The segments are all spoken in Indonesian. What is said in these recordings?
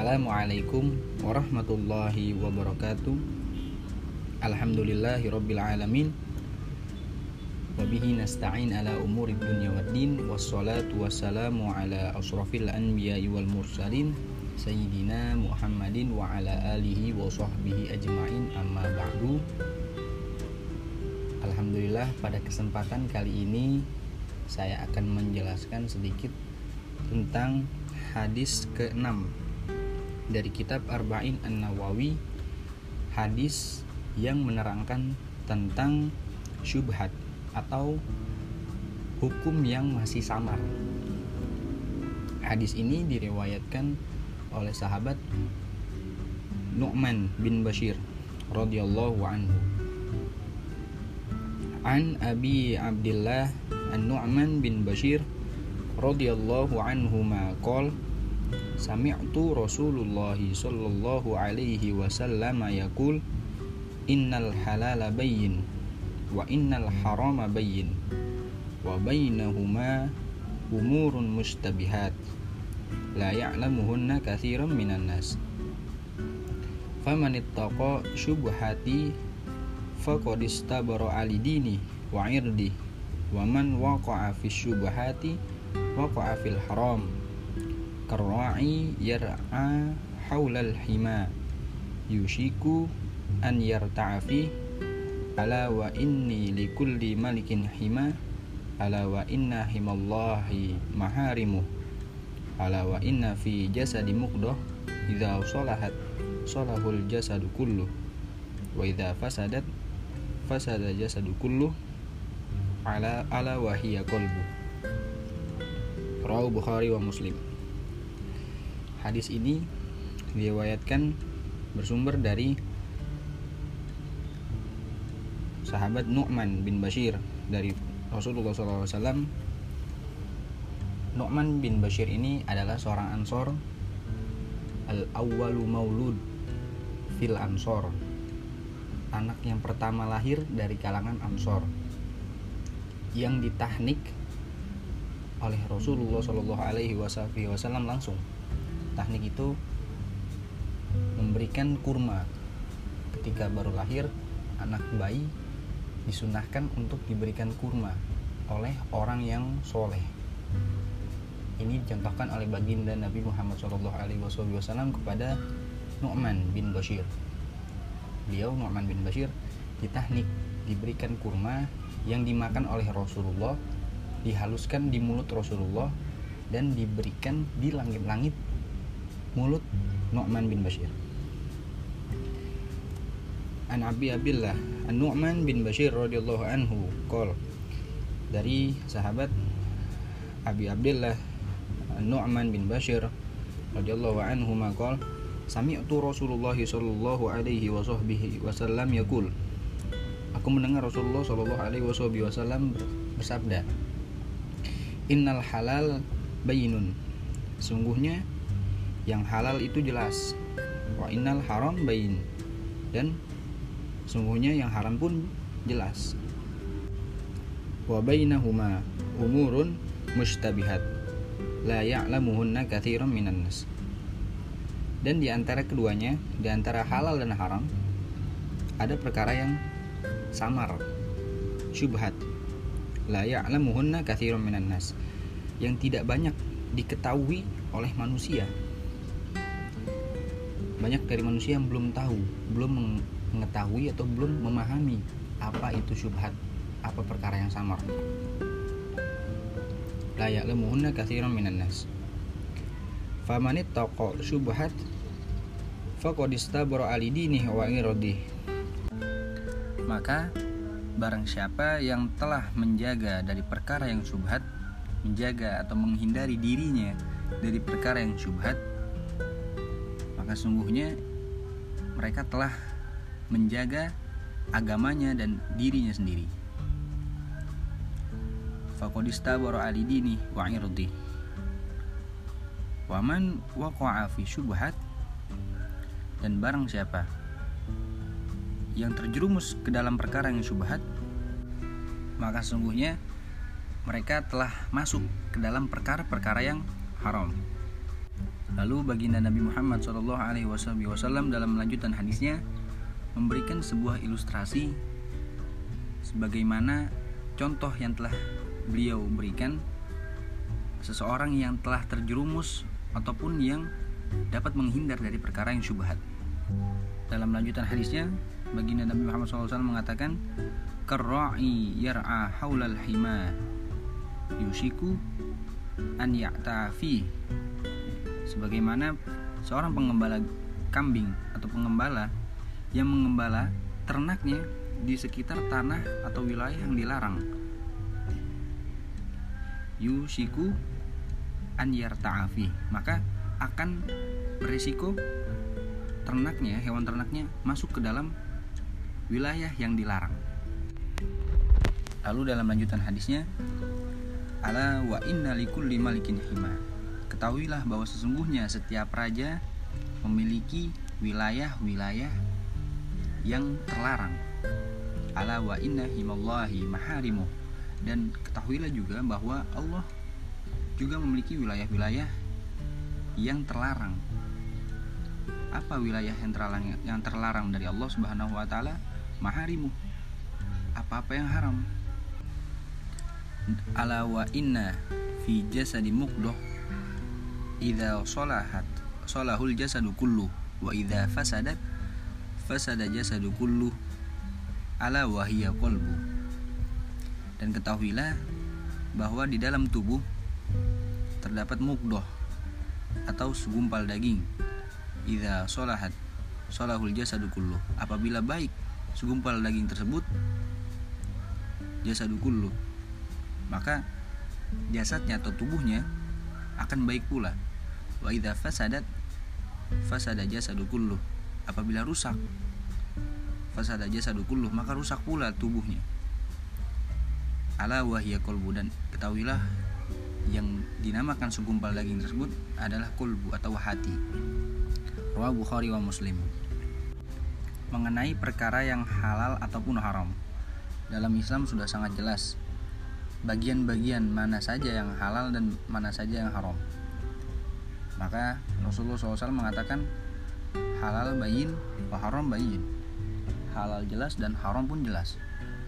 Assalamualaikum warahmatullahi wabarakatuh. Alhamdulillahirabbil alamin. Wabihi nasta'in ala umurid dunya waddin. Wassalatu wassalamu ala asrafil anbiya'i wal mursalin Sayyidina Muhammadin wa ala alihi wa sahbihi ajma'in, amma ba'du. Alhamdulillah, pada kesempatan kali ini saya akan menjelaskan sedikit tentang hadis ke-6 dari kitab Arba'in An-Nawawi, hadis yang menerangkan tentang syubhat atau hukum yang masih samar. Hadis ini diriwayatkan oleh sahabat Nu'man bin Bashir radhiyallahu anhu. An Abi Abdillah An-Nu'man bin Bashir radhiyallahu anhu ma qala sami'tu Rasulullah sallallahu alaihi wasallam yaqul innal halala bayyin wa innal harama bayyin wa bainahuma umurun mustabihat la ya'lamuhunna katsiran minan nas faman ittaqa syubhati faqad istabara alidini wa irdi wa man waqa'a fi syubhati waqa'a fil haram karra'i yar'a haulal hima yushiku an yarta'afi ala wa inni likulli malikin hima ala wa inna himallahi maharimuh ala wa inna fi jasadi muqdah idza salahat salahul jasadu kulluh wa idza fasadat fasada jasadu kulluh ala wa hiya qalbu. Rawahu Bukhari wa Muslim. Hadis ini diriwayatkan bersumber dari sahabat Nu'man bin Bashir dari Rasulullah SAW. Nu'man bin Bashir ini adalah seorang Ansor, al-awwalu maulud fil Ansor, anak yang pertama lahir dari kalangan Ansor, yang ditahnik oleh Rasulullah SAW langsung. Tahnik itu memberikan kurma ketika baru lahir. Anak bayi disunahkan untuk diberikan kurma oleh orang yang soleh. Ini dicontohkan oleh baginda Nabi Muhammad SAW kepada Nu'man bin Bashir. Beliau Nu'man bin Bashir ditahnik, diberikan kurma yang dimakan oleh Rasulullah, dihaluskan di mulut Rasulullah dan diberikan di langit-langit mulut Nu'man bin Bashir. An Abi Abdillah An-Nu'man bin Bashir radhiyallahu anhu qol, dari sahabat Abi Abdillah An-Nu'man bin Bashir radhiyallahu anhu maqal sami'tu Rasulullah sallallahu alaihi wasallam yaqul, aku mendengar Rasulullah sallallahu alaihi wasallam bersabda, innal halal bayyinun, sungguhnya yang halal itu jelas, wa innal haram bayyin, dan sungguhnya yang haram pun jelas, wa bainahuma umurun mustabihat la ya'lamuhunna katsiran minan nas, dan di antara keduanya, di antara halal dan haram, ada perkara yang samar, syubhat, la ya'lamuhunna katsiran minan nas, yang tidak banyak diketahui oleh manusia. Banyak dari manusia yang belum tahu, belum mengetahui atau belum memahami apa itu syubhat, apa perkara yang samar. La ya'lamuhunna katsiran minan nas. Faman ittaqa syubhat faqad istabara alidinihi wa irdihi. Maka barang siapa yang telah menjaga dari perkara yang syubhat, menjaga atau menghindari dirinya dari perkara yang syubhat, maka sungguhnya mereka telah menjaga agamanya dan dirinya sendiri. Faqad istabara alidini wa irdi. Wa man waqa'a fi syubhat, dan barang siapa yang terjerumus ke dalam perkara yang syubhat, maka sungguhnya mereka telah masuk ke dalam perkara-perkara yang haram. Lalu baginda Nabi Muhammad SAW dalam melanjutkan hadisnya memberikan sebuah ilustrasi sebagaimana contoh yang telah beliau berikan seseorang yang telah terjerumus ataupun yang dapat menghindar dari perkara yang syubhat. Dalam lanjutan hadisnya, baginda Nabi Muhammad SAW mengatakan, "Karra'i yar'a haulal hima yushiku an ya'tafi." Sebagaimana seorang pengembala kambing atau pengembala yang mengembala ternaknya di sekitar tanah atau wilayah yang dilarang. Yushiku an yarta'afi, maka akan berisiko ternaknya, hewan ternaknya masuk ke dalam wilayah yang dilarang. Lalu dalam lanjutan hadisnya, ala wa inna likulli malikin hima. Ketahuilah bahwa sesungguhnya setiap raja memiliki wilayah-wilayah yang terlarang. Ala wa inna himallahi maharimuh. Dan ketahuilah juga bahwa Allah juga memiliki wilayah-wilayah yang terlarang. Apa wilayah yang terlarang dari Allah Subhanahu wa taala? Maharimuh. Apa-apa yang haram. Ala wa inna fi jasadi muqdah idza salahat salahul jasadu kullu wa idza fasadat fasada jasadu kullu ala wa hiya qalbu. Dan ketahuilah bahwa di dalam tubuh terdapat muqdah atau segumpal daging. Idza salahat salahul jasadu kullu. Apabila baik segumpal daging tersebut, jasadu kullu, maka jasadnya atau tubuhnya akan baik pula. Wa idza fasadat fasada jasadu kullu. Apabila rusak, fasada jasadu kullu, maka rusak pula tubuhnya. Ala wa hiya qalbu. Dan ketahuilah yang dinamakan segumpal daging tersebut adalah qalbu atau hati. Rawahu Bukhari wa Muslim. Mengenai perkara yang halal ataupun haram, dalam Islam sudah sangat jelas bagian-bagian mana saja yang halal dan mana saja yang haram. Maka Rasulullah SAW mengatakan halal bayin wa haram bayin. Halal jelas dan haram pun jelas.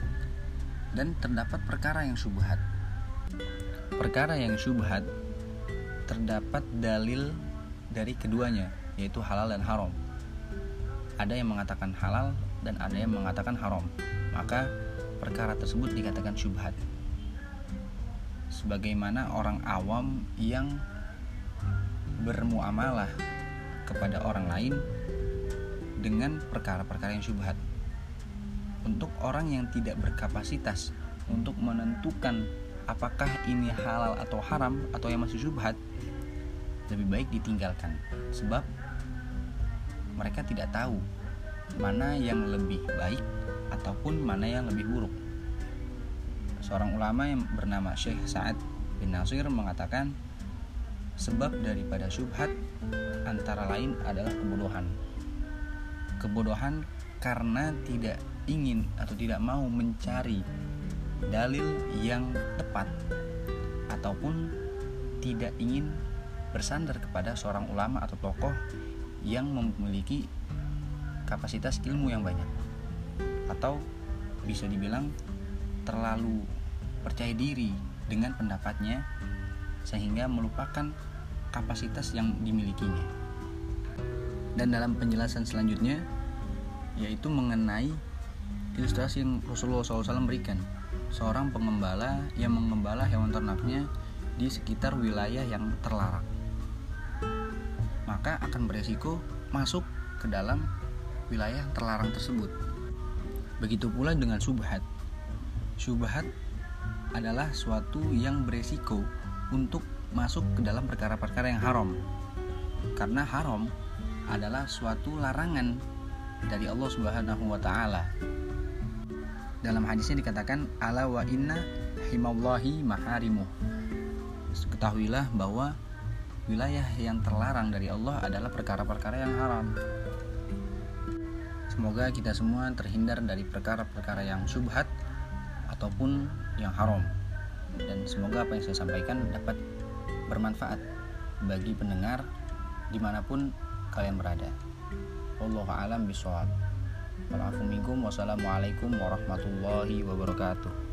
Dan terdapat perkara yang syubhat. Perkara yang syubhat terdapat dalil dari keduanya, yaitu halal dan haram. Ada yang mengatakan halal dan ada yang mengatakan haram. Maka perkara tersebut dikatakan syubhat. Sebagaimana orang awam yang bermuamalah kepada orang lain dengan perkara-perkara yang syubhat. Untuk orang yang tidak berkapasitas untuk menentukan apakah ini halal atau haram atau yang masih syubhat, lebih baik ditinggalkan, sebab mereka tidak tahu mana yang lebih baik ataupun mana yang lebih buruk. Seorang ulama yang bernama Syekh Sa'ad bin Nasir mengatakan, sebab daripada syubhat antara lain adalah kebodohan. Kebodohan karena tidak ingin atau tidak mau mencari dalil yang tepat ataupun tidak ingin bersandar kepada seorang ulama atau tokoh yang memiliki kapasitas ilmu yang banyak, atau bisa dibilang terlalu percaya diri dengan pendapatnya sehingga melupakan kapasitas yang dimilikinya. Dan dalam penjelasan selanjutnya yaitu mengenai ilustrasi yang Rasulullah SAW berikan, seorang pengembala yang mengembala hewan ternaknya di sekitar wilayah yang terlarang, maka akan beresiko masuk ke dalam wilayah terlarang tersebut. Begitu pula dengan syubhat. Syubhat adalah suatu yang beresiko untuk masuk ke dalam perkara-perkara yang haram, karena haram adalah suatu larangan dari Allah Subhanahu wa taala. Dalam hadisnya dikatakan ala wa inna himallahi maharimuh. Ketahuilah bahwa wilayah yang terlarang dari Allah adalah perkara-perkara yang haram. Semoga kita semua terhindar dari perkara-perkara yang syubhat ataupun yang haram. Dan semoga apa yang saya sampaikan dapat bermanfaat bagi pendengar dimanapun kalian berada. Wallahu a'lam bishawab. Wassalamualaikum warahmatullahi wabarakatuh.